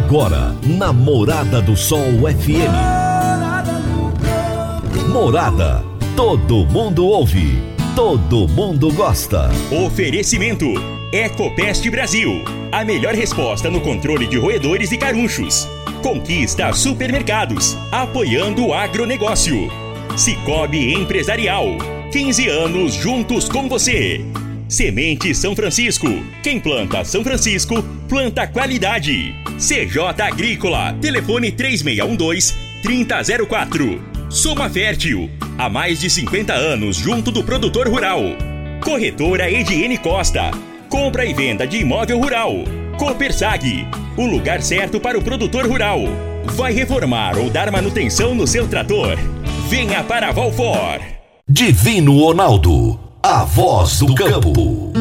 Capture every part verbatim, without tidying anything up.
Agora, na Morada do Sol F M. Morada, todo mundo ouve, todo mundo gosta. Oferecimento Ecopest Brasil, a melhor resposta no controle de roedores e carunchos. Conquista Supermercados, apoiando o agronegócio. Cicobi Empresarial, quinze anos juntos com você. Semente São Francisco, quem planta São Francisco, planta qualidade. C J Agrícola, telefone três seis um dois, três zero zero quatro. Soma Fértil, há mais de cinquenta anos junto do produtor rural. Corretora Ediene Costa, compra e venda de imóvel rural. Copersag, o lugar certo para o produtor rural. Vai reformar ou dar manutenção no seu trator? Venha para a Valfor. Divino Ronaldo, a voz do campo.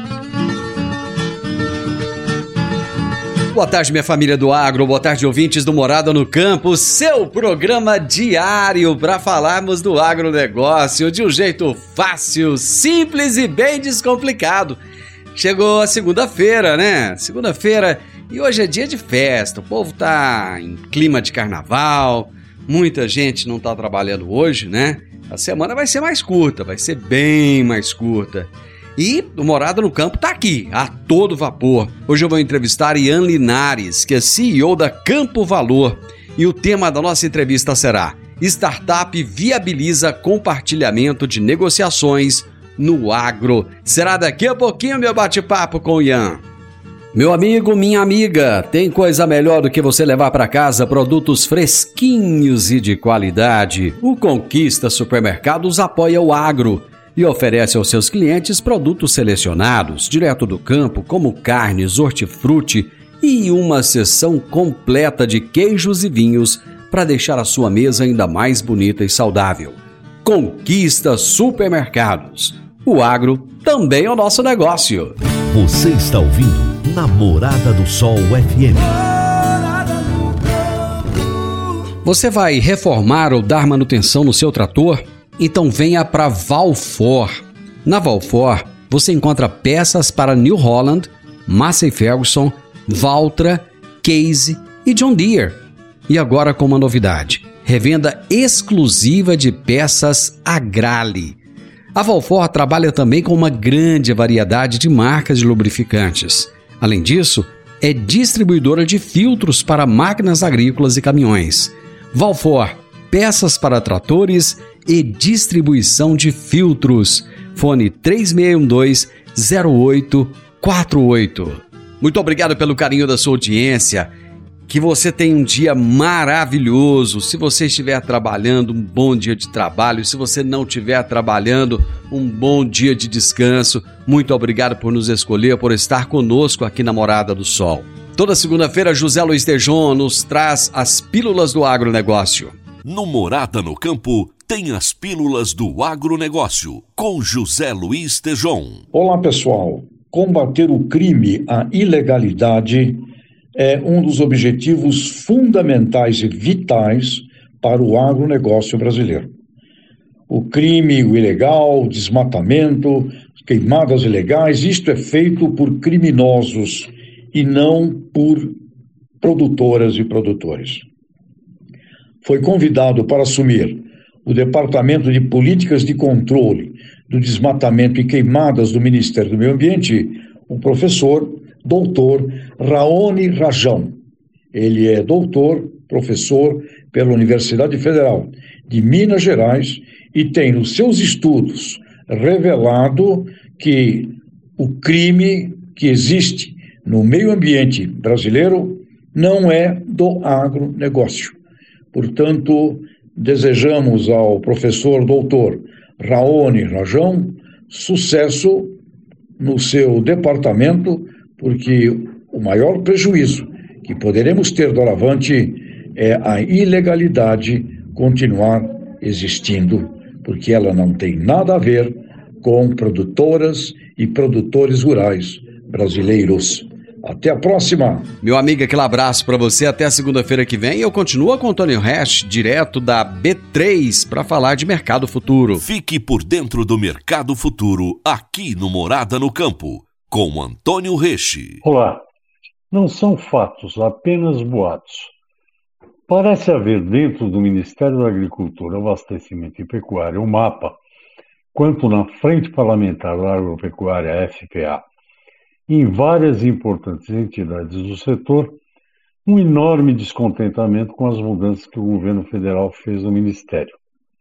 Boa tarde, minha família do agro, boa tarde, ouvintes do Morada no Campo, seu programa diário para falarmos do agronegócio de um jeito fácil, simples e bem descomplicado. Chegou a segunda-feira, né? Segunda-feira e hoje é dia de festa, o povo tá em clima de carnaval, muita gente não tá trabalhando hoje, né? A semana vai ser mais curta, vai ser bem mais curta. E o Morada no Campo tá aqui, a todo vapor. Hoje eu vou entrevistar Ian Linares, que é C E O da Campo Valor. E o tema da nossa entrevista será: Startup viabiliza compartilhamento de negociações no agro. Será daqui a pouquinho meu bate-papo com o Ian. Meu amigo, minha amiga, tem coisa melhor do que você levar para casa produtos fresquinhos e de qualidade. O Conquista Supermercados apoia o agro e oferece aos seus clientes produtos selecionados, direto do campo, como carnes, hortifruti e uma seção completa de queijos e vinhos para deixar a sua mesa ainda mais bonita e saudável. Conquista Supermercados. O agro também é o nosso negócio. Você está ouvindo Namorada do Sol F M. Você vai reformar ou dar manutenção no seu trator? Então venha para Valfor. Na Valfor, você encontra peças para New Holland, Massey Ferguson, Valtra, Case e John Deere. E agora com uma novidade: revenda exclusiva de peças Agrale. A Valfor trabalha também com uma grande variedade de marcas de lubrificantes. Além disso, é distribuidora de filtros para máquinas agrícolas e caminhões. Valfor, peças para tratores e distribuição de filtros. Fone três seis um dois, zero oito quatro oito. Muito obrigado pelo carinho da sua audiência. Que você tenha um dia maravilhoso. Se você estiver trabalhando, um bom dia de trabalho. Se você não estiver trabalhando, um bom dia de descanso. Muito obrigado por nos escolher, por estar conosco aqui na Morada do Sol. Toda segunda-feira, José Luiz Tejon nos traz as pílulas do agronegócio. No Morada no Campo, tem as pílulas do agronegócio, com José Luiz Tejon. Olá, pessoal. Combater o crime, a ilegalidade, é um dos objetivos fundamentais e vitais para o agronegócio brasileiro. O crime, o ilegal, o desmatamento, queimadas ilegais, isto é feito por criminosos e não por produtoras e produtores. Foi convidado para assumir o Departamento de Políticas de Controle do Desmatamento e Queimadas do Ministério do Meio Ambiente o professor doutor Raoni Rajão. Ele é doutor, professor pela Universidade Federal de Minas Gerais e tem nos seus estudos revelado que o crime que existe no meio ambiente brasileiro não é do agronegócio. Portanto, desejamos ao professor doutor Raoni Rajão sucesso no seu departamento, porque o maior prejuízo que poderemos ter doravante é a ilegalidade continuar existindo, porque ela não tem nada a ver com produtoras e produtores rurais brasileiros. Até a próxima! Meu amigo, aquele abraço para você, até a segunda-feira que vem. Eu continuo com o Antônio Resch, direto da B três, para falar de mercado futuro. Fique por dentro do mercado futuro, aqui no Morada no Campo, com Antônio Resch. Olá, não são fatos, apenas boatos. Parece haver dentro do Ministério da Agricultura, Abastecimento e Pecuária, o MAPA, quanto na Frente Parlamentar da Agropecuária, F P A, e em várias importantes entidades do setor, um enorme descontentamento com as mudanças que o governo federal fez no Ministério.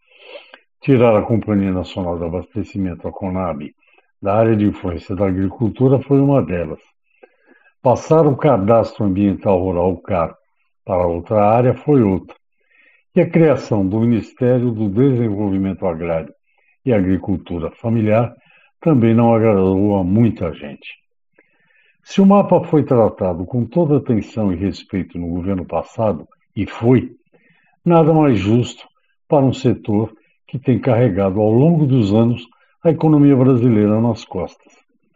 Tirar a Companhia Nacional de Abastecimento, a CONAB, da área de influência da agricultura foi uma delas. Passar o Cadastro Ambiental Rural, o C A R, para outra área foi outra. E a criação do Ministério do Desenvolvimento Agrário e Agricultura Familiar também não agradou a muita gente. Se o MAPA foi tratado com toda atenção e respeito no governo passado, e foi, nada mais justo para um setor que tem carregado ao longo dos anos a economia brasileira nas costas.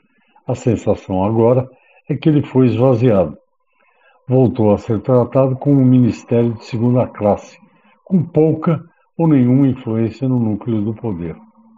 A sensação agora é que ele foi esvaziado. Voltou a ser tratado como um ministério de segunda classe, com pouca ou nenhuma influência no núcleo do poder.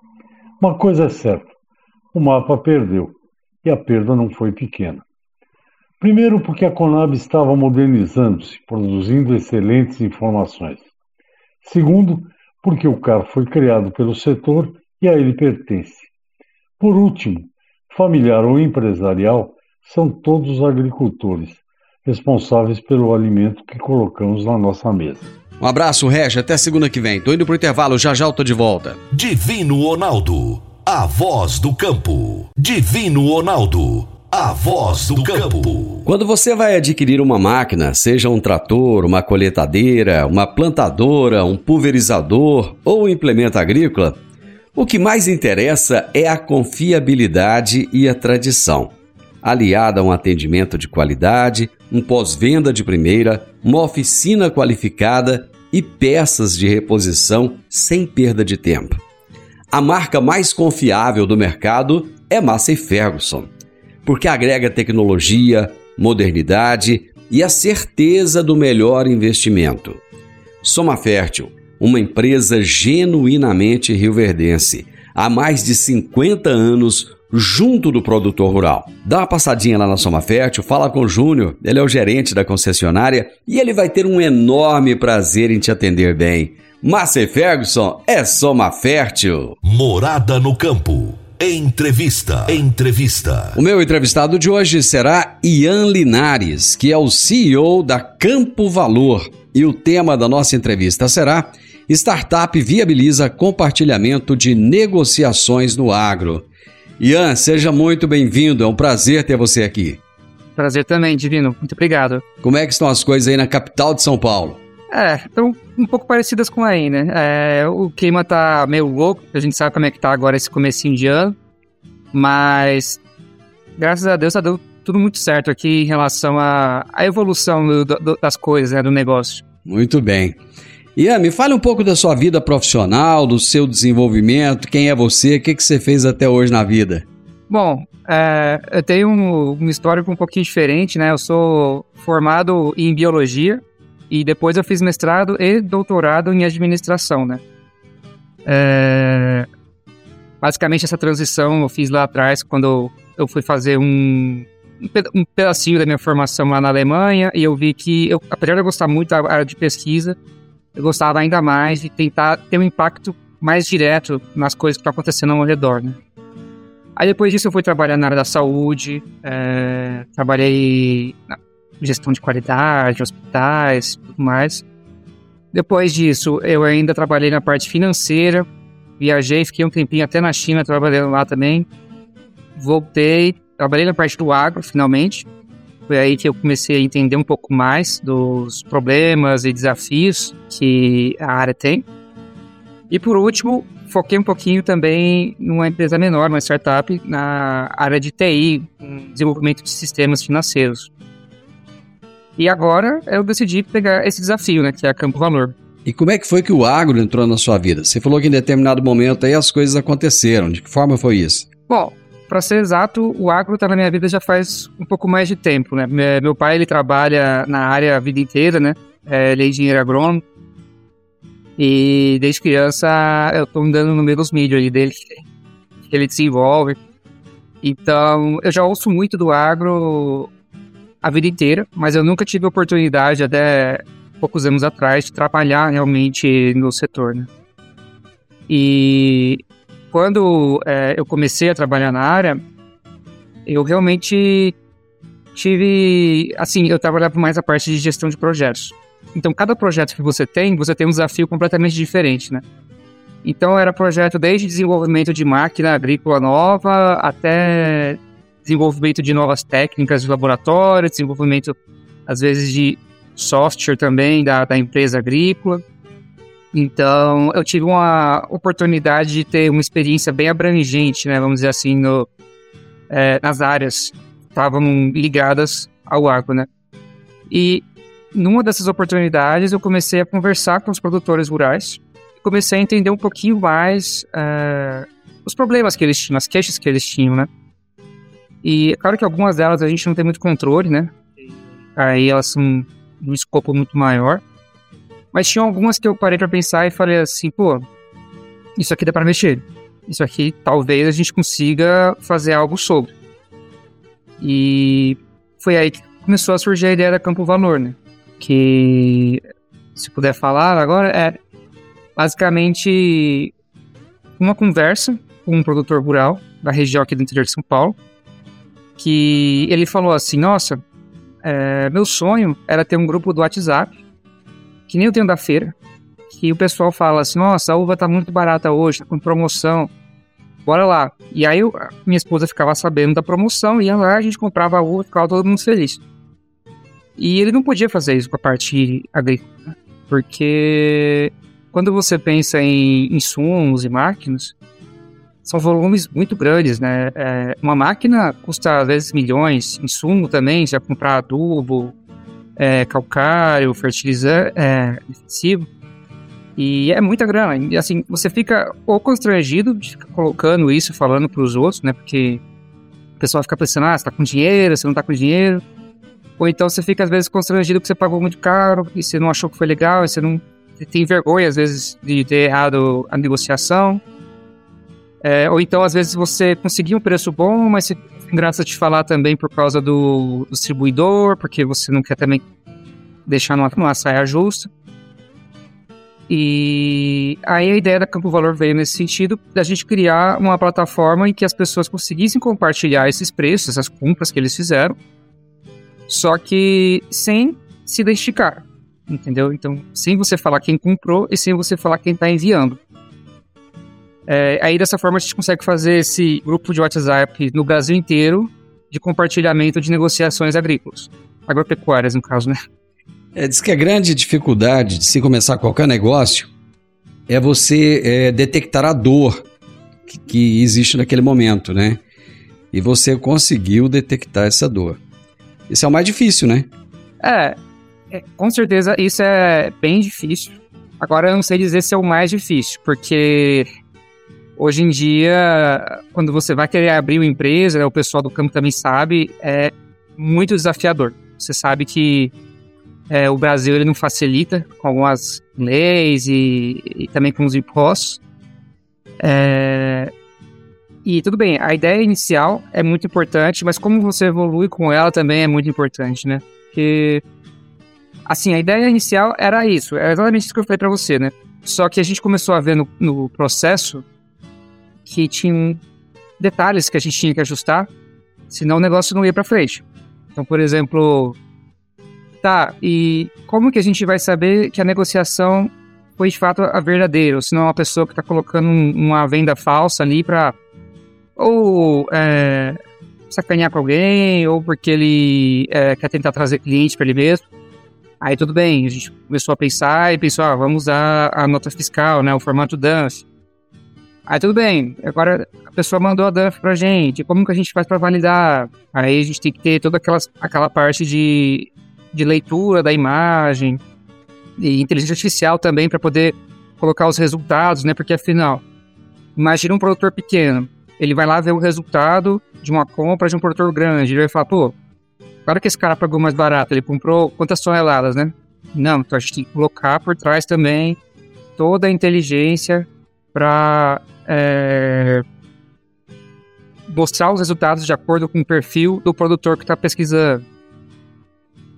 Uma coisa é certa, o MAPA perdeu, e a perda não foi pequena. Primeiro porque a CONAB estava modernizando-se, produzindo excelentes informações. Segundo, porque o C A R foi criado pelo setor e a ele pertence. Por último, familiar ou empresarial, são todos os agricultores, responsáveis pelo alimento que colocamos na nossa mesa. Um abraço, Regi, até segunda que vem. Tô indo pro intervalo, já já eu tô de volta. Divino Ronaldo, a voz do campo. Divino Ronaldo, a voz do campo. Quando você vai adquirir uma máquina, seja um trator, uma colheitadeira, uma plantadora, um pulverizador ou um implemento agrícola, o que mais interessa é a confiabilidade e a tradição, aliada a um atendimento de qualidade, um pós-venda de primeira, uma oficina qualificada e peças de reposição sem perda de tempo. A marca mais confiável do mercado é Massey Ferguson, porque agrega tecnologia, modernidade e a certeza do melhor investimento. Soma Fértil, uma empresa genuinamente rioverdense, há mais de cinquenta anos junto do produtor rural. Dá uma passadinha lá na Soma Fértil, fala com o Júnior, ele é o gerente da concessionária e ele vai ter um enorme prazer em te atender bem. Massey Ferguson é Soma Fértil. Morada no campo. Entrevista. Entrevista. O meu entrevistado de hoje será Ian Linares, que é o C E O da Campo Valor. E o tema da nossa entrevista será: Startup viabiliza compartilhamento de negociações no agro. Ian, seja muito bem-vindo, é um prazer ter você aqui. Prazer também, Divino. Muito obrigado. Como é que estão as coisas aí na capital de São Paulo? É, estão um pouco parecidas com aí, né? É, o clima tá meio louco, a gente sabe como é que tá agora esse comecinho de ano, mas graças a Deus tá dando tudo muito certo aqui em relação à, à evolução do, do, das coisas, né, do negócio. Muito bem. Ian, me fale um pouco da sua vida profissional, do seu desenvolvimento, quem é você, o que, que você fez até hoje na vida? Bom, é, eu tenho um, uma história um pouquinho diferente, né? Eu sou formado em biologia e depois eu fiz mestrado e doutorado em administração, né? É, basicamente essa transição eu fiz lá atrás quando eu fui fazer um, um pedacinho da minha formação lá na Alemanha e eu vi que, eu, apesar de eu gostar muito da área de pesquisa, eu gostava ainda mais de tentar ter um impacto mais direto nas coisas que estão acontecendo ao redor, né? Aí depois disso eu fui trabalhar na área da saúde, é, trabalhei na gestão de qualidade, hospitais, tudo mais. Depois disso eu ainda trabalhei na parte financeira, viajei, fiquei um tempinho até na China trabalhando lá também. Voltei, trabalhei na parte do agro finalmente. Foi aí que eu comecei a entender um pouco mais dos problemas e desafios que a área tem. E por último, foquei um pouquinho também numa empresa menor, uma startup, na área de T I, desenvolvimento de sistemas financeiros. E agora eu decidi pegar esse desafio, né, que é a Campo Valor. E como é que foi que o agro entrou na sua vida? Você falou que em determinado momento aí as coisas aconteceram. De que forma foi isso? Bom, para ser exato, o agro está na minha vida já faz um pouco mais de tempo, né? Meu pai, ele trabalha na área a vida inteira, né? Ele é engenheiro agrônomo. E desde criança eu tô andando no meio dos mídias ali dele, que ele desenvolve. Então, eu já ouço muito do agro a vida inteira, mas eu nunca tive a oportunidade, até poucos anos atrás, de trabalhar realmente no setor, né? E quando é, eu comecei a trabalhar na área, eu realmente tive, assim, eu trabalhava mais a parte de gestão de projetos. Então, cada projeto que você tem, você tem um desafio completamente diferente, né? Então, era projeto desde desenvolvimento de máquina agrícola nova, até desenvolvimento de novas técnicas de laboratório, desenvolvimento, às vezes, de software também da, da empresa agrícola. Então, eu tive uma oportunidade de ter uma experiência bem abrangente, né? Vamos dizer assim, no, é, nas áreas que estavam ligadas ao agro, né? E numa dessas oportunidades, eu comecei a conversar com os produtores rurais, comecei a entender um pouquinho mais uh, os problemas que eles tinham, as queixas que eles tinham, né? E é claro que algumas delas a gente não tem muito controle, né? Aí elas são de um escopo muito maior. Mas tinha algumas que eu parei pra pensar e falei assim, pô, isso aqui dá pra mexer. Isso aqui talvez a gente consiga fazer algo sobre. E foi aí que começou a surgir a ideia da Campo Valor, né? Que, se puder falar agora, é basicamente uma conversa com um produtor rural da região aqui do interior de São Paulo, que ele falou assim, nossa, é, meu sonho era ter um grupo do WhatsApp, que nem eu tenho da feira, que o pessoal fala assim, nossa, a uva tá muito barata hoje, tá com promoção, bora lá. E aí eu, minha esposa ficava sabendo da promoção, ia lá, a gente comprava a uva, ficava todo mundo feliz. E ele não podia fazer isso com a parte agrícola, porque quando você pensa em insumos e máquinas, são volumes muito grandes, né? É, uma máquina custa às vezes milhões, insumo também, já comprar adubo, é, calcário, fertilizante, é, defensivo, e é muita grana. E assim, você fica ou constrangido de ficar colocando isso, falando para os outros, né? Porque o pessoal fica pensando, ah, você tá com dinheiro, você não tá com dinheiro. Ou então você fica às vezes constrangido que você pagou muito caro e você não achou que foi legal, e você não você tem vergonha às vezes de ter errado a negociação. É, ou então às vezes você conseguiu um preço bom, mas você tem graça de falar também por causa do distribuidor, porque você não quer também deixar numa, numa saia justa. E aí a ideia da Campo Valor veio nesse sentido, da gente criar uma plataforma em que as pessoas conseguissem compartilhar esses preços, essas compras que eles fizeram, só que sem se identificar, entendeu? Então, sem você falar quem comprou e sem você falar quem está enviando. É, aí, dessa forma, a gente consegue fazer esse grupo de WhatsApp no Brasil inteiro de compartilhamento de negociações agrícolas. Agropecuárias, no caso, né? É, diz que a grande dificuldade de se começar qualquer negócio é você é, detectar a dor que, que existe naquele momento, né? E você conseguiu detectar essa dor. Isso é o mais difícil, né? É, é, com certeza isso é bem difícil. Agora eu não sei dizer se é o mais difícil, porque hoje em dia, quando você vai querer abrir uma empresa, né, o pessoal do campo também sabe, é muito desafiador. Você sabe que é, o Brasil ele não facilita com algumas leis e, e também com os impostos. É... E tudo bem, a ideia inicial é muito importante, mas como você evolui com ela também é muito importante, né? Porque, assim, a ideia inicial era isso, era exatamente isso que eu falei pra você, né? Só que a gente começou a ver no, no processo que tinha detalhes que a gente tinha que ajustar, senão o negócio não ia pra frente. Então, por exemplo, tá, e como que a gente vai saber que a negociação foi de fato a verdadeira, ou se não é uma pessoa que tá colocando um, uma venda falsa ali pra ou é, sacanear com alguém, ou porque ele é, quer tentar trazer cliente para ele mesmo. Aí tudo bem, a gente começou a pensar e pensou, ah, vamos usar a nota fiscal, né, o formato D A N F. Aí tudo bem, agora a pessoa mandou a D A N F pra gente, como que a gente faz para validar? Aí a gente tem que ter toda aquela, aquela parte de, de leitura da imagem, e inteligência artificial também para poder colocar os resultados, né, porque afinal, imagina um produtor pequeno, ele vai lá ver o resultado de uma compra de um produtor grande. Ele vai falar, pô, claro que esse cara pagou mais barato. Ele comprou quantas toneladas, né? Não, então a gente tem que colocar por trás também toda a inteligência para é, mostrar os resultados de acordo com o perfil do produtor que está pesquisando.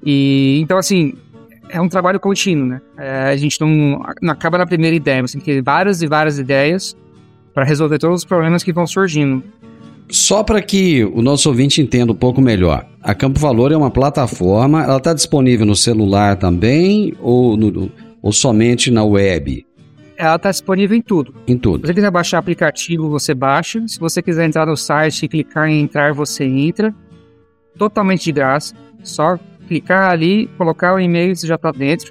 E, então, assim, é um trabalho contínuo, né? É, a gente não, não acaba na primeira ideia, você tem que ter várias e várias ideias para resolver todos os problemas que vão surgindo. Só para que o nosso ouvinte entenda um pouco melhor, a Campo Valor é uma plataforma, ela está disponível no celular também ou, no, ou somente na web? Ela está disponível em tudo. Em tudo. Se você quiser baixar aplicativo, você baixa. Se você quiser entrar no site e clicar em entrar, você entra. Totalmente de graça. Só clicar ali, colocar o e-mail, você já está dentro.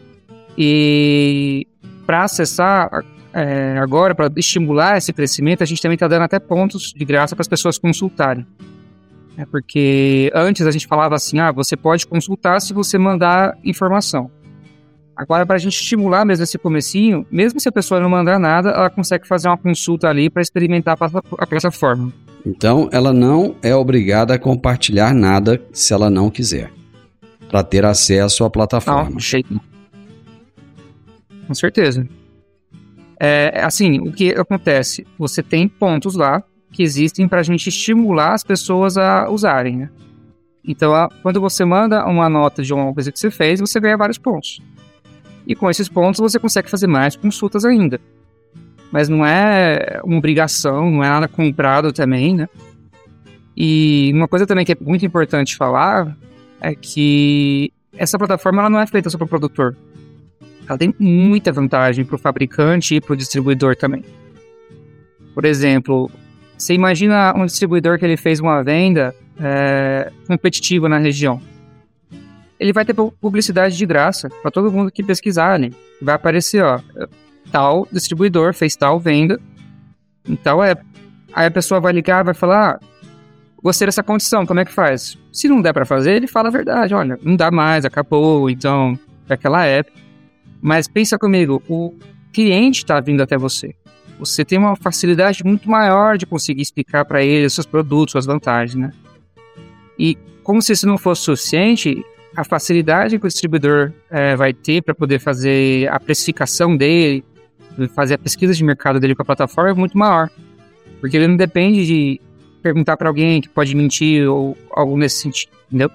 E para acessar... É, agora, para estimular esse crescimento, a gente também está dando até pontos de graça para as pessoas consultarem. É porque antes a gente falava assim, ah, você pode consultar se você mandar informação. Agora, para a gente estimular mesmo esse comecinho, mesmo se a pessoa não mandar nada, ela consegue fazer uma consulta ali para experimentar a plataforma. Então, ela não é obrigada a compartilhar nada se ela não quiser, para ter acesso à plataforma. Não, jeito. Com certeza. É, assim, o que acontece? Você tem pontos lá que existem para a gente estimular as pessoas a usarem, né? Então, a, quando você manda uma nota de uma coisa que você fez, você ganha vários pontos. E com esses pontos você consegue fazer mais consultas ainda. Mas não é uma obrigação, não é nada comprado também, né? E uma coisa também que é muito importante falar é que essa plataforma ela não é feita só para o produtor. Ela tem muita vantagem para o fabricante e para o distribuidor também. Por exemplo, você imagina um distribuidor que ele fez uma venda é, competitiva na região. Ele vai ter publicidade de graça para todo mundo que pesquisar ali. Vai aparecer, ó, tal distribuidor fez tal venda em tal época. Aí a pessoa vai ligar e vai falar, ah, gostei dessa condição, como é que faz? Se não der para fazer, ele fala a verdade, olha, não dá mais, acabou, então, daquela época. Mas pensa comigo, o cliente está vindo até você. Você tem uma facilidade muito maior de conseguir explicar para ele os seus produtos, suas vantagens, né? E como se isso não fosse suficiente, a facilidade que o distribuidor é, vai ter para poder fazer a precificação dele, fazer a pesquisa de mercado dele com a plataforma é muito maior. Porque ele não depende de perguntar para alguém que pode mentir ou algo nesse sentido, entendeu?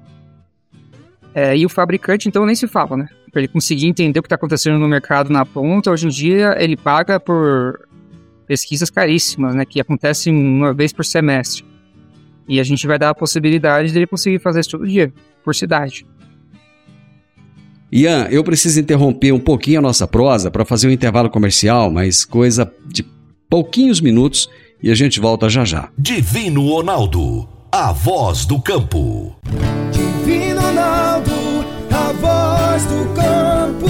É, e o fabricante, então, nem se fala, né? Para ele conseguir entender o que está acontecendo no mercado na ponta, hoje em dia ele paga por pesquisas caríssimas, né? Que acontecem uma vez por semestre. E a gente vai dar a possibilidade dele conseguir fazer isso todo dia, por cidade. Ian, eu preciso interromper um pouquinho a nossa prosa para fazer um intervalo comercial, mas coisa de pouquinhos minutos e a gente volta já já. Divino Ronaldo, a voz do campo. Divino Ronaldo, a voz do campo.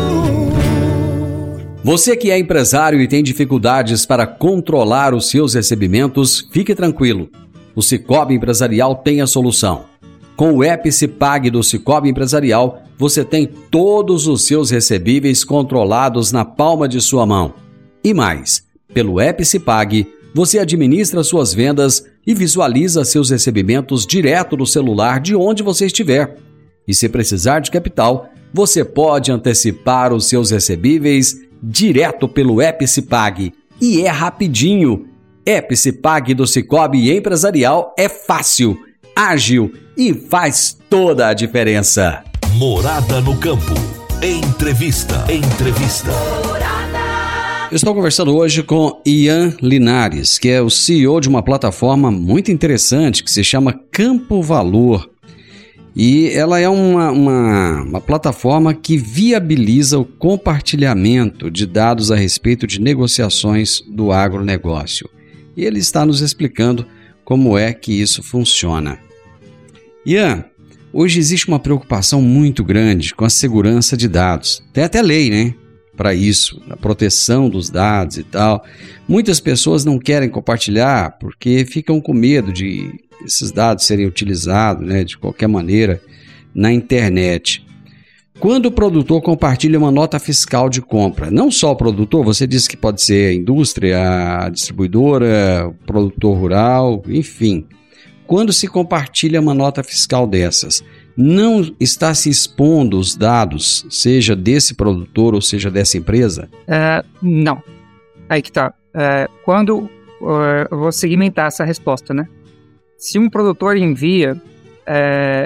Você que é empresário e tem dificuldades para controlar os seus recebimentos, fique tranquilo. O Sicoob Empresarial tem a solução. Com o EpiCipag do Sicoob Empresarial, você tem todos os seus recebíveis controlados na palma de sua mão. E mais, pelo EpiCipag, você administra suas vendas e visualiza seus recebimentos direto no celular de onde você estiver. E se precisar de capital, você pode antecipar os seus recebíveis direto pelo EpiCipag. E é rapidinho. EpiCipag do Sicoob Empresarial é fácil, ágil e faz toda a diferença. Morada no campo. Entrevista. Entrevista. Eu estou conversando hoje com Ian Linares, que é o C E O de uma plataforma muito interessante que se chama Campo Valor. E ela é uma, uma, uma plataforma que viabiliza o compartilhamento de dados a respeito de negociações do agronegócio. E ele está nos explicando como é que isso funciona. Ian, hoje existe uma preocupação muito grande com a segurança de dados. Tem até lei, né? Para isso, a proteção dos dados e tal. Muitas pessoas não querem compartilhar porque ficam com medo de esses dados serem utilizados, né, de qualquer maneira na internet. Quando o produtor compartilha uma nota fiscal de compra, não só o produtor, você disse que pode ser a indústria, a distribuidora, o produtor rural, enfim. Quando se compartilha uma nota fiscal dessas, não está se expondo os dados, seja desse produtor ou seja dessa empresa? É, não. Aí que tá. É, quando uh, eu vou segmentar essa resposta, né? Se um produtor envia, é,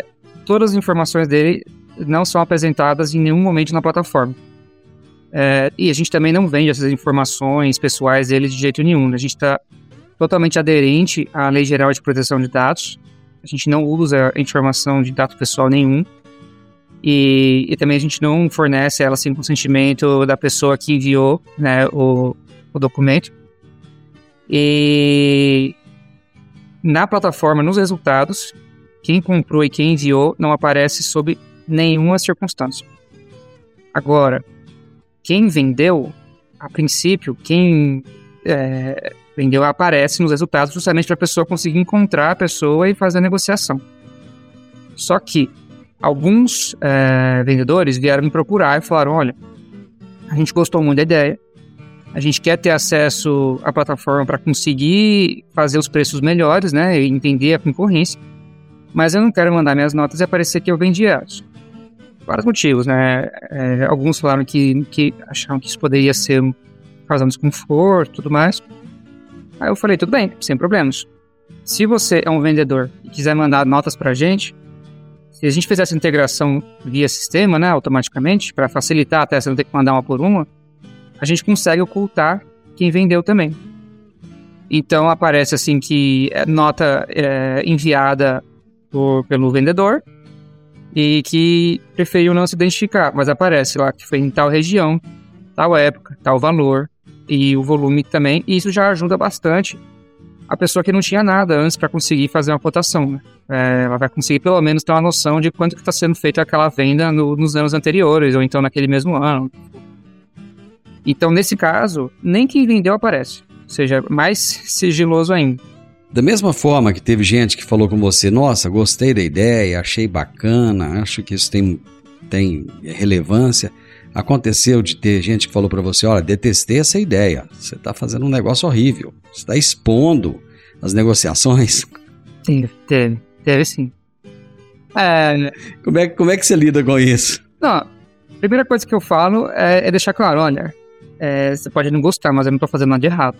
todas as informações dele não são apresentadas em nenhum momento na plataforma. É, e a gente também não vende essas informações pessoais dele de jeito nenhum. A gente está totalmente aderente à Lei Geral de Proteção de Dados. A gente não usa informação de dado pessoal nenhum. E, e também a gente não fornece ela sem consentimento da pessoa que enviou, né, o, o documento. E na plataforma, nos resultados, quem comprou e quem enviou não aparece sob nenhuma circunstância. Agora, quem vendeu, a princípio, quem é, vendeu aparece nos resultados justamente para a pessoa conseguir encontrar a pessoa e fazer a negociação. Só que alguns é, vendedores vieram me procurar e falaram, olha, a gente gostou muito da ideia, a gente quer ter acesso à plataforma para conseguir fazer os preços melhores, né, e entender a concorrência, mas eu não quero mandar minhas notas e aparecer que eu vendi elas. Vários motivos, né? É, alguns falaram que, que acharam que isso poderia ser causando desconforto e tudo mais. Aí eu falei, tudo bem, sem problemas. Se você é um vendedor e quiser mandar notas pra gente, se a gente fizer essa integração via sistema, né, automaticamente, para facilitar até você não ter que mandar uma por uma, a gente consegue ocultar quem vendeu também. Então aparece assim que é nota é, enviada por, pelo vendedor, e que preferiu não se identificar, mas aparece lá que foi em tal região, tal época, tal valor e o volume também, e isso já ajuda bastante a pessoa que não tinha nada antes para conseguir fazer uma cotação, né? É, ela vai conseguir pelo menos ter uma noção de quanto que está sendo feita aquela venda no, nos anos anteriores, ou então naquele mesmo ano. Então, nesse caso, nem quem vendeu aparece, ou seja, mais sigiloso ainda. Da mesma forma que teve gente que falou com você, nossa, gostei da ideia, achei bacana, acho que isso tem, tem relevância. Aconteceu de ter gente que falou para você, olha, detestei essa ideia, você está fazendo um negócio horrível, você está expondo as negociações. Sim, teve, teve sim. É... Como, é, como é que você lida com isso? Não, a primeira coisa que eu falo é, é deixar claro, olha, é, você pode não gostar, mas eu não estou fazendo nada de errado.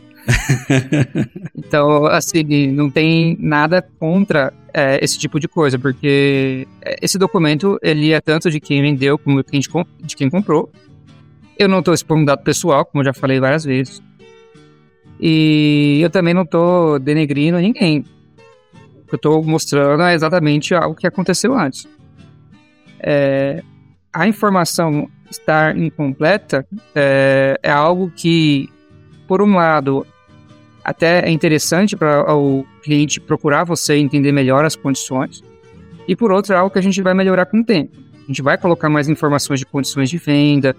Então, assim, não tem nada contra é, esse tipo de coisa, porque esse documento, ele é tanto de quem vendeu como de quem comprou. Eu não estou expondo dado pessoal, como eu já falei várias vezes. E eu também não estou denegrindo ninguém. O que eu estou mostrando é exatamente algo que aconteceu antes. É, a informação estar incompleta é, é algo que, por um lado, até é interessante para o cliente procurar você e entender melhor as condições, e por outro, é algo que a gente vai melhorar com o tempo. A gente vai colocar mais informações de condições de venda,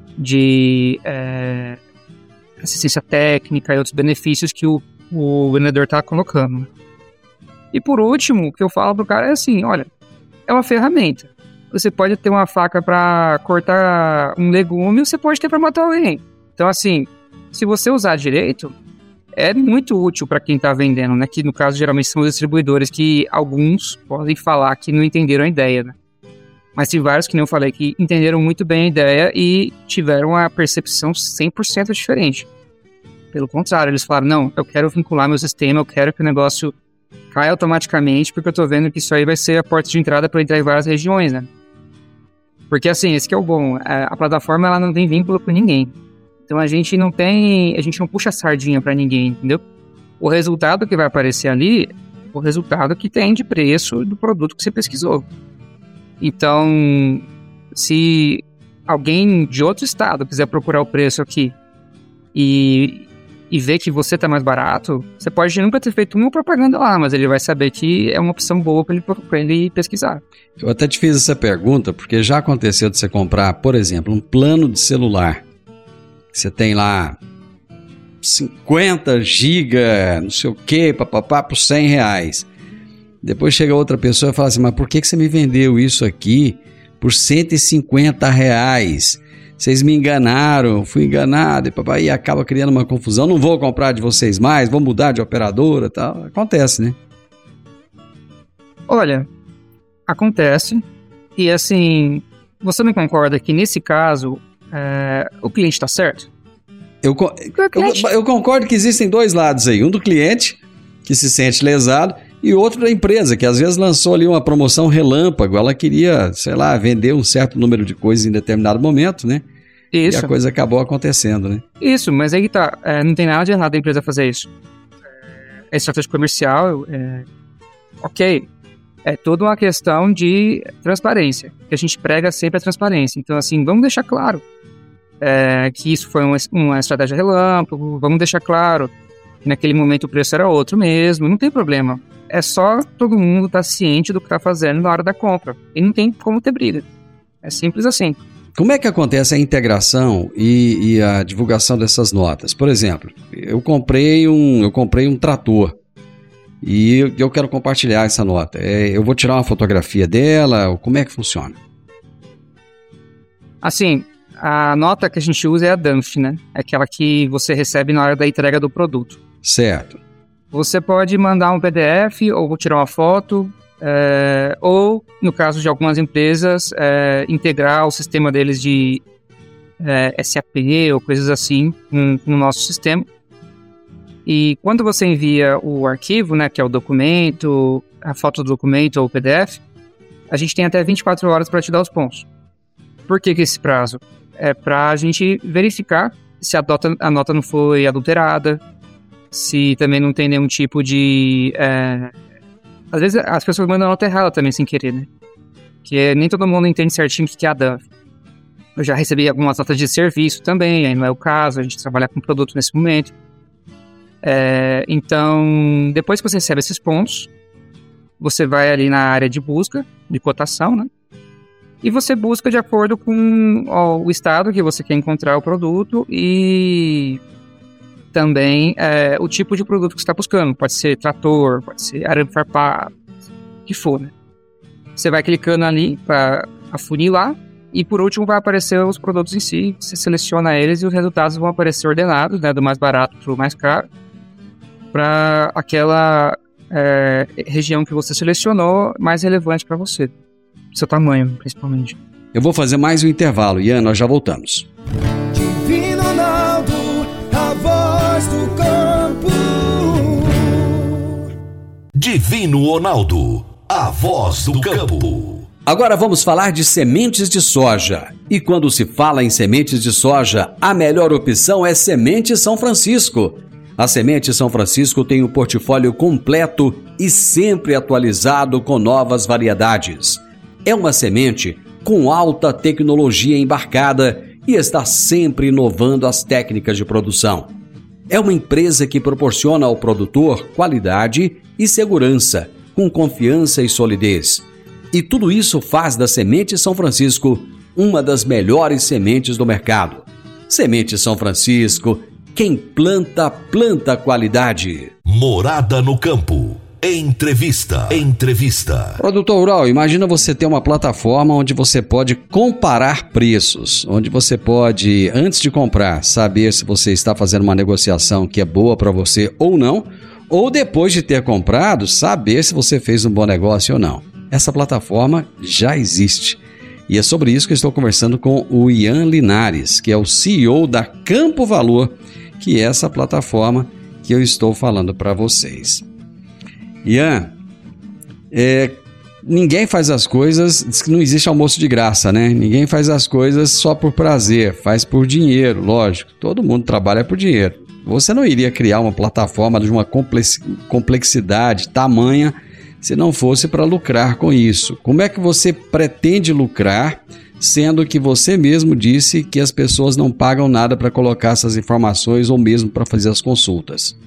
de é, assistência técnica e outros benefícios que o, o vendedor está colocando. E por último, o que eu falo pro cara é assim, olha, é uma ferramenta. Você pode ter uma faca para cortar um legume, ou você pode ter para matar alguém. Então, assim, se você usar direito, é muito útil para quem está vendendo, né? Que no caso geralmente são os distribuidores, que alguns podem falar que não entenderam a ideia, né? Mas tem vários que nem eu falei que entenderam muito bem a ideia e tiveram a percepção cem por cento diferente. Pelo contrário, eles falaram, não, eu quero vincular meu sistema, eu quero que o negócio caia automaticamente, porque eu tô vendo que isso aí vai ser a porta de entrada para entrar em várias regiões, né? Porque assim, esse que é o bom, a, a plataforma ela não tem vínculo com ninguém. Então a gente não tem, a gente não puxa sardinha para ninguém, entendeu? O resultado que vai aparecer ali, é o resultado que tem de preço do produto que você pesquisou. Então, se alguém de outro estado quiser procurar o preço aqui e, e ver que você tá mais barato, você pode nunca ter feito uma propaganda lá, mas ele vai saber que é uma opção boa para ele, pra ele pesquisar. Eu até te fiz essa pergunta porque já aconteceu de você comprar, por exemplo, um plano de celular. Você tem lá cinquenta gigas, não sei o que, papapá, por cem reais. Depois chega outra pessoa e fala assim, mas por que, que você me vendeu isso aqui por cento e cinquenta reais? Vocês me enganaram, fui enganado, e, papai, e acaba criando uma confusão. Não vou comprar de vocês mais, vou mudar de operadora e tal. Acontece, né? Olha, acontece. E assim, você não concorda que nesse caso é, o cliente está certo? Eu, eu, eu concordo que existem dois lados aí. Um do cliente, que se sente lesado, E outro da empresa, que às vezes lançou ali uma promoção relâmpago, ela queria, sei lá, vender um certo número de coisas em determinado momento, né? Isso. E a coisa acabou acontecendo, né? Isso, mas aí tá, é, não tem nada de errado a empresa fazer isso. É estratégia comercial, é, ok. É toda uma questão de transparência, que a gente prega sempre a transparência. Então, assim, vamos deixar claro é, que isso foi uma, uma estratégia relâmpago, vamos deixar claro que naquele momento o preço era outro mesmo, não tem problema. É só todo mundo estar ciente do que está fazendo na hora da compra. E não tem como ter briga. É simples assim. Como é que acontece a integração e, e a divulgação dessas notas? Por exemplo, eu comprei um, eu comprei um trator e eu, eu quero compartilhar essa nota. É, eu vou tirar uma fotografia dela? Como é que funciona? Assim, a nota que a gente usa é a D A N F, né? É aquela que você recebe na hora da entrega do produto. Certo. Você pode mandar um P D F ou tirar uma foto, é, ou, no caso de algumas empresas, é, integrar o sistema deles de é, S A P ou coisas assim no, no nosso sistema. E quando você envia o arquivo, né, que é o documento, a foto do documento ou o P D F, a gente tem até vinte e quatro horas para te dar os pontos. Por que, que esse prazo? É para a gente verificar se a nota, a nota não foi adulterada, se também não tem nenhum tipo de... É... Às vezes as pessoas mandam a nota errada também sem querer, né? Que é, nem todo mundo entende certinho o que é a D A N F. Eu já recebi algumas notas de serviço também, aí não é o caso, a gente trabalha com produto nesse momento. É, então, depois que você recebe esses pontos, você vai ali na área de busca, de cotação, né? E você busca de acordo com ó, o estado que você quer encontrar o produto e também é, o tipo de produto que você está buscando. Pode ser trator, pode ser arame farpado, o que for, né? Você vai clicando ali para afunilar e por último vai aparecer os produtos em si. Você seleciona eles e os resultados vão aparecer ordenados, né, do mais barato para o mais caro, para aquela é, região que você selecionou mais relevante para você. Seu tamanho, principalmente. Eu vou fazer mais um intervalo, Ian, nós já voltamos. Divino Ronaldo, a voz do campo. Divino Ronaldo, a voz do campo. Agora vamos falar de sementes de soja. E quando se fala em sementes de soja, a melhor opção é Semente São Francisco. A Semente São Francisco tem um portfólio completo e sempre atualizado com novas variedades. É uma semente com alta tecnologia embarcada e está sempre inovando as técnicas de produção. É uma empresa que proporciona ao produtor qualidade e segurança, com confiança e solidez. E tudo isso faz da Semente São Francisco uma das melhores sementes do mercado. Semente São Francisco, quem planta, planta qualidade. Morada no campo. Entrevista. Entrevista. Produtor rural, imagina você ter uma plataforma onde você pode comparar preços, onde você pode, antes de comprar, saber se você está fazendo uma negociação que é boa para você ou não, ou depois de ter comprado, saber se você fez um bom negócio ou não. Essa plataforma já existe. E é sobre isso que eu estou conversando com o Ian Linares, que é o C E O da Campo Valor, que é essa plataforma que eu estou falando para vocês. Ian, é, ninguém faz as coisas, diz que não existe almoço de graça, né? Ninguém faz as coisas só por prazer, faz por dinheiro, lógico. Todo mundo trabalha por dinheiro. Você não iria criar uma plataforma de uma complexidade tamanha se não fosse para lucrar com isso. Como é que você pretende lucrar, sendo que você mesmo disse que as pessoas não pagam nada para colocar essas informações ou mesmo para fazer as consultas?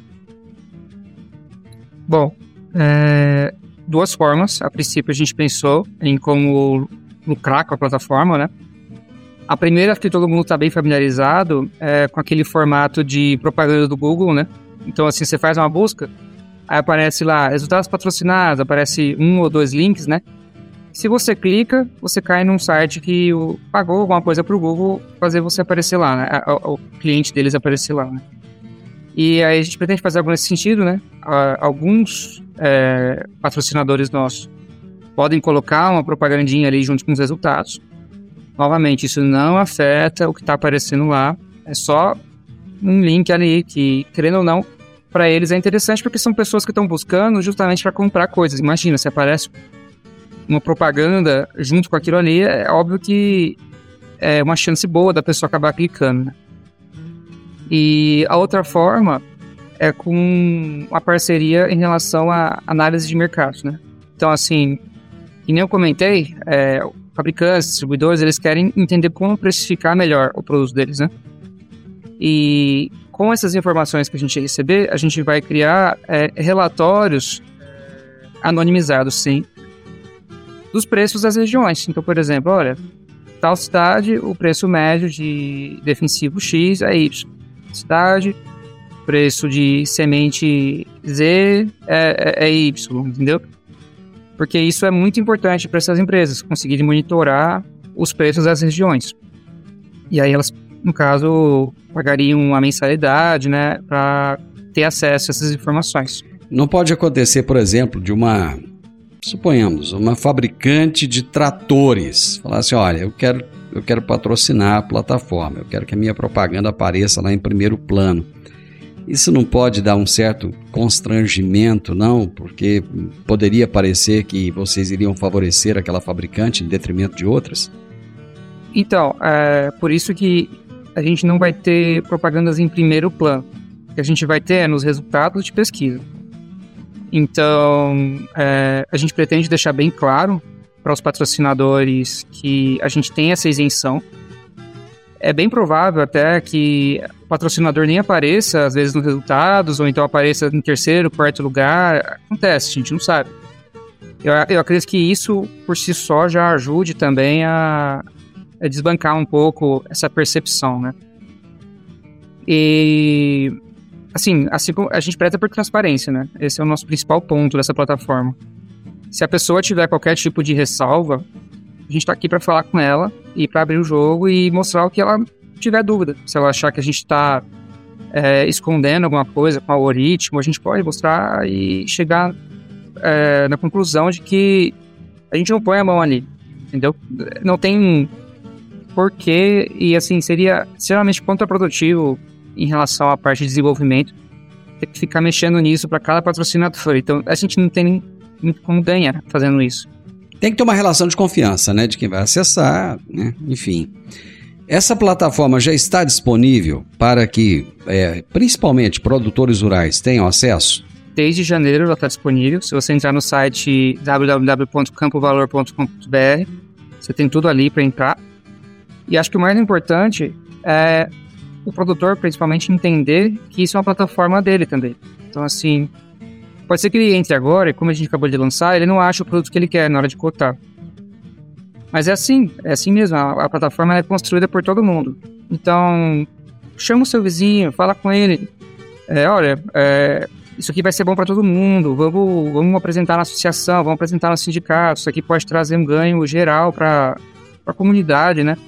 Bom, É, duas formas. A princípio a gente pensou em como lucrar com a plataforma, né? A primeira, que todo mundo está bem familiarizado, é com aquele formato de propaganda do Google, né? Então assim, você faz uma busca, aí aparece lá, resultados patrocinados, aparece um ou dois links, né? Se você clica, você cai num site que o, pagou alguma coisa para o Google fazer você aparecer lá, né? O, o cliente deles aparecer lá, né? E aí a gente pretende fazer algo nesse sentido, né? Alguns é, patrocinadores nossos podem colocar uma propagandinha ali junto com os resultados. Novamente, isso não afeta o que está aparecendo lá. É só um link ali que, querendo ou não, para eles é interessante porque são pessoas que estão buscando justamente para comprar coisas. Imagina, se aparece uma propaganda junto com aquilo ali, é óbvio que é uma chance boa da pessoa acabar clicando, né? E a outra forma é com uma parceria em relação à análise de mercado, né? Então, assim, que nem eu comentei, é, fabricantes, distribuidores, eles querem entender como precificar melhor o produto deles, né? E com essas informações que a gente receber, a gente vai criar é, relatórios anonimizados, sim, dos preços das regiões. Então, por exemplo, olha, tal cidade, o preço médio de defensivo X é Y. Cidade, preço de semente Z é, é, é Y, entendeu? Porque isso é muito importante para essas empresas conseguirem monitorar os preços das regiões. E aí elas, no caso, pagariam uma mensalidade, né, para ter acesso a essas informações. Não pode acontecer, por exemplo, de uma, suponhamos, uma fabricante de tratores falar assim, olha, eu quero, eu quero patrocinar a plataforma, eu quero que a minha propaganda apareça lá em primeiro plano. Isso não pode dar um certo constrangimento, não? Porque poderia parecer que vocês iriam favorecer aquela fabricante em detrimento de outras? Então, é por isso que a gente não vai ter propagandas em primeiro plano. O que a gente vai ter é nos resultados de pesquisa. Então, é, a gente pretende deixar bem claro para os patrocinadores que a gente tem essa isenção. É bem provável até que o patrocinador nem apareça, às vezes, nos resultados, ou então apareça em terceiro, quarto lugar. Acontece, a gente não sabe. Eu, eu acredito que isso, por si só, já ajude também a, a desbancar um pouco essa percepção, né? E, assim, assim, a gente preza por transparência, né? Esse é o nosso principal ponto dessa plataforma. Se a pessoa tiver qualquer tipo de ressalva, a gente está aqui para falar com ela e para abrir o jogo e mostrar o que ela tiver dúvida. Se ela achar que a gente está é, escondendo alguma coisa com o algoritmo, a gente pode mostrar e chegar é, na conclusão de que a gente não põe a mão ali, entendeu? Não tem porquê e, assim, seria extremamente contraprodutivo em relação à parte de desenvolvimento ter que ficar mexendo nisso para cada patrocinador. Então, a gente não tem muito como ganhar fazendo isso. Tem que ter uma relação de confiança, né, de quem vai acessar, né? Enfim. Essa plataforma já está disponível para que, é, principalmente, produtores rurais tenham acesso? Desde janeiro ela está disponível. Se você entrar no site w w w ponto campo valor ponto com ponto b r, você tem tudo ali para entrar. E acho que o mais importante é o produtor, principalmente, entender que isso é uma plataforma dele também. Então, assim, pode ser que ele entre agora e, como a gente acabou de lançar, ele não acha o produto que ele quer na hora de cotar. Mas é assim, é assim mesmo, a, a plataforma é construída por todo mundo. Então, chama o seu vizinho, fala com ele, é, olha, é, isso aqui vai ser bom para todo mundo, vamos, vamos apresentar na associação, vamos apresentar no sindicato, isso aqui pode trazer um ganho geral para a comunidade, né?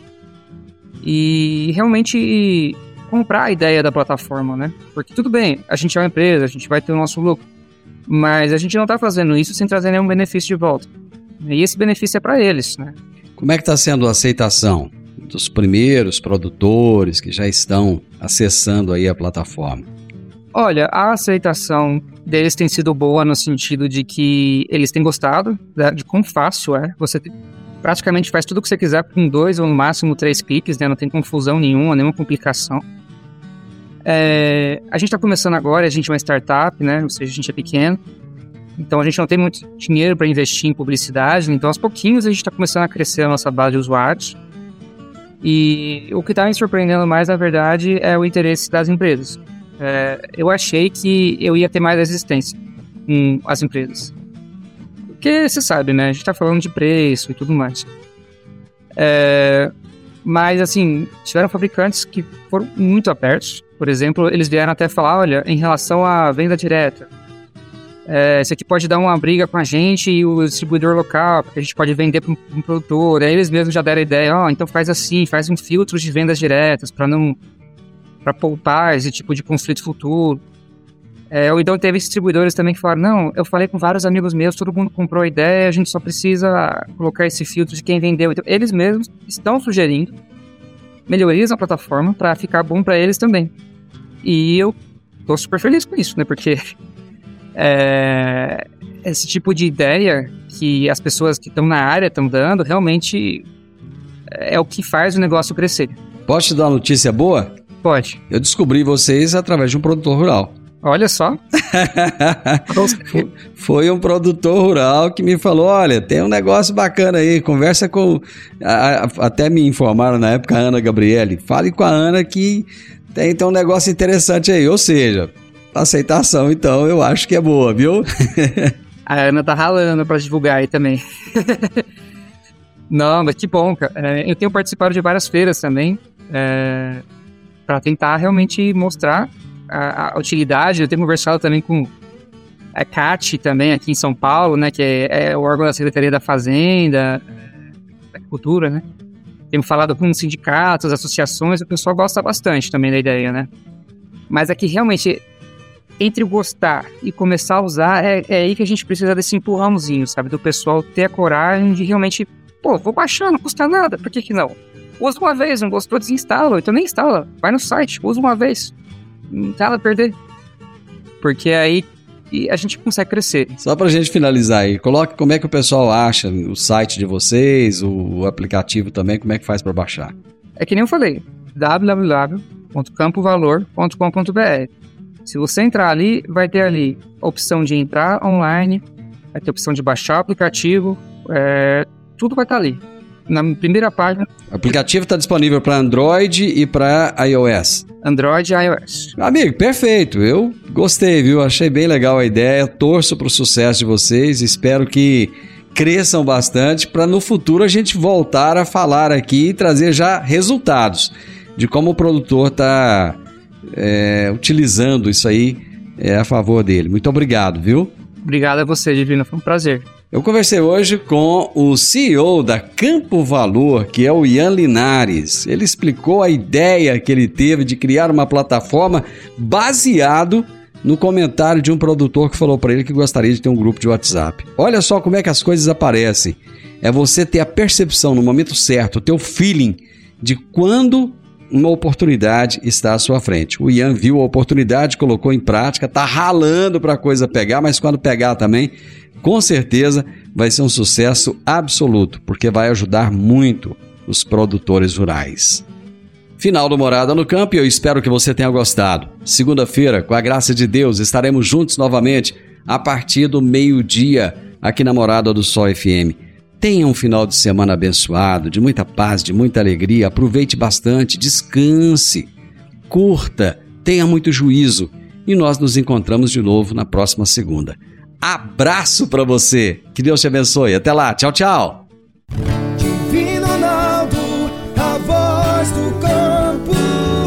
E realmente comprar a ideia da plataforma, né? Porque tudo bem, a gente é uma empresa, a gente vai ter o nosso lucro, mas a gente não está fazendo isso sem trazer nenhum benefício de volta. E esse benefício é para eles, né? Como é que está sendo a aceitação dos primeiros produtores que já estão acessando aí a plataforma? Olha, a aceitação deles tem sido boa no sentido de que eles têm gostado, né, de quão fácil é. Você praticamente faz tudo o que você quiser com dois ou no máximo três cliques, né? Não tem confusão nenhuma, nenhuma complicação. É, a gente está começando agora, a gente é uma startup, né? Ou seja, a gente é pequeno. Então a gente não tem muito dinheiro para investir em publicidade, então aos pouquinhos a gente está começando a crescer a nossa base de usuários. E o que está me surpreendendo mais, na verdade, é o interesse das empresas. É, eu achei que eu ia ter mais resistência com as empresas. Porque você sabe, né? A gente está falando de preço e tudo mais. É, mas, assim, tiveram fabricantes que foram muito abertos. Por exemplo, eles vieram até falar, olha, em relação à venda direta, É, isso aqui pode dar uma briga com a gente e o distribuidor local, porque a gente pode vender para um, um produtor. Aí eles mesmos já deram a ideia, ó, oh, então faz assim, faz um filtro de vendas diretas para não para poupar esse tipo de conflito futuro. É, ou então teve distribuidores também que falaram, não, eu falei com vários amigos meus, todo mundo comprou a ideia, a gente só precisa colocar esse filtro de quem vendeu. Então, eles mesmos estão sugerindo melhorias na plataforma para ficar bom para eles também. E eu tô super feliz com isso, né? Porque é, esse tipo de ideia que as pessoas que estão na área estão dando, realmente é o que faz o negócio crescer. Posso te dar uma notícia boa? Pode. Eu descobri vocês através de um produtor rural. Olha só. Foi um produtor rural que me falou, olha, tem um negócio bacana aí, conversa com... A, a, até me informaram na época a Ana Gabriele, fale com a Ana que tem, tem um negócio interessante aí. Ou seja, a aceitação, então, eu acho que é boa, viu? A Ana tá ralando pra divulgar aí também. Não, mas que bom, cara. Eu tenho participado de várias feiras também, é, para tentar realmente mostrar a, a utilidade. Eu tenho conversado também com a C A T também aqui em São Paulo, né, que é, é o órgão da Secretaria da Fazenda, da Cultura, né. Tenho falado com sindicatos, associações, o pessoal gosta bastante também da ideia, né. Mas aqui realmente, entre gostar e começar a usar, é, é aí que a gente precisa desse empurrãozinho, sabe, do pessoal ter a coragem de realmente, pô, vou baixar, não custa nada, por que que não? Usa uma vez, não gostou, desinstala, então nem instala, vai no site, usa uma vez, não tem nada a perder, porque aí a gente consegue crescer. Só pra gente finalizar aí, coloque como é que o pessoal acha o site de vocês, o aplicativo também, como é que faz pra baixar? É que nem eu falei, w w w ponto campo valor ponto com ponto b r. Se você entrar ali, vai ter ali a opção de entrar online, vai ter a opção de baixar o aplicativo, é, tudo vai estar ali. Na primeira página... O aplicativo está disponível para Android e para iOS. Android e iOS. Amigo, perfeito. Eu gostei, viu? Achei bem legal a ideia. Torço para o sucesso de vocês. Espero que cresçam bastante para no futuro a gente voltar a falar aqui e trazer já resultados de como o produtor está é, utilizando isso aí é, a favor dele. Muito obrigado, viu? Obrigado a você, Divino. Foi um prazer. Eu conversei hoje com o C E O da Campo Valor, que é o Ian Linares. Ele explicou a ideia que ele teve de criar uma plataforma baseado no comentário de um produtor que falou para ele que gostaria de ter um grupo de WhatsApp. Olha só como é que as coisas aparecem. É você ter a percepção no momento certo, o teu feeling de quando uma oportunidade está à sua frente. O Ian viu a oportunidade, colocou em prática, está ralando para a coisa pegar, mas quando pegar também, com certeza vai ser um sucesso absoluto, porque vai ajudar muito os produtores rurais. Final do Morada no Campo e eu espero que você tenha gostado. Segunda-feira, com a graça de Deus, estaremos juntos novamente a partir do meio-dia aqui na Morada do Sol F M. Tenha um final de semana abençoado, de muita paz, de muita alegria. Aproveite bastante, descanse, curta, tenha muito juízo. E nós nos encontramos de novo na próxima segunda. Abraço para você. Que Deus te abençoe. Até lá. Tchau, tchau. Divino Ronaldo, a voz do campo.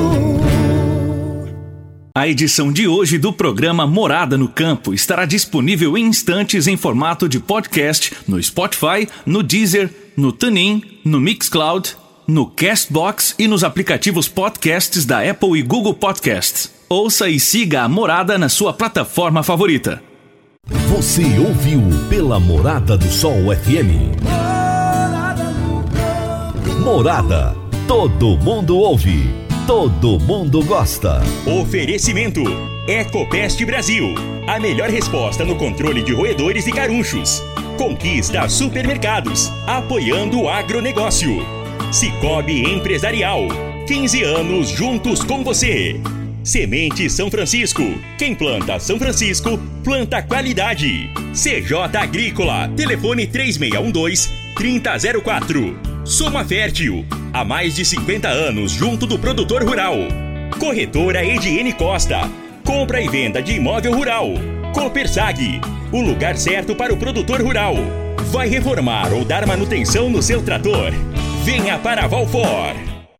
A edição de hoje do programa Morada no Campo estará disponível em instantes em formato de podcast no Spotify, no Deezer, no TuneIn, no Mixcloud, no Castbox e nos aplicativos podcasts da Apple e Google Podcasts. Ouça e siga a Morada na sua plataforma favorita. Você ouviu pela Morada do Sol F M. Morada. Todo mundo ouve. Todo mundo gosta. Oferecimento. Ecopest Brasil. A melhor resposta no controle de roedores e carunchos. Conquista Supermercados. Apoiando o agronegócio. Cicobi Empresarial. quinze anos juntos com você. Semente São Francisco. Quem planta São Francisco, planta qualidade. C J Agrícola. Telefone três seis um dois, três zero zero quatro. Soma Fértil. Há mais de cinquenta anos junto do produtor rural. Corretora Ediene Costa. Compra e venda de imóvel rural. Copersag. O lugar certo para o produtor rural. Vai reformar ou dar manutenção no seu trator? Venha para a Valfor.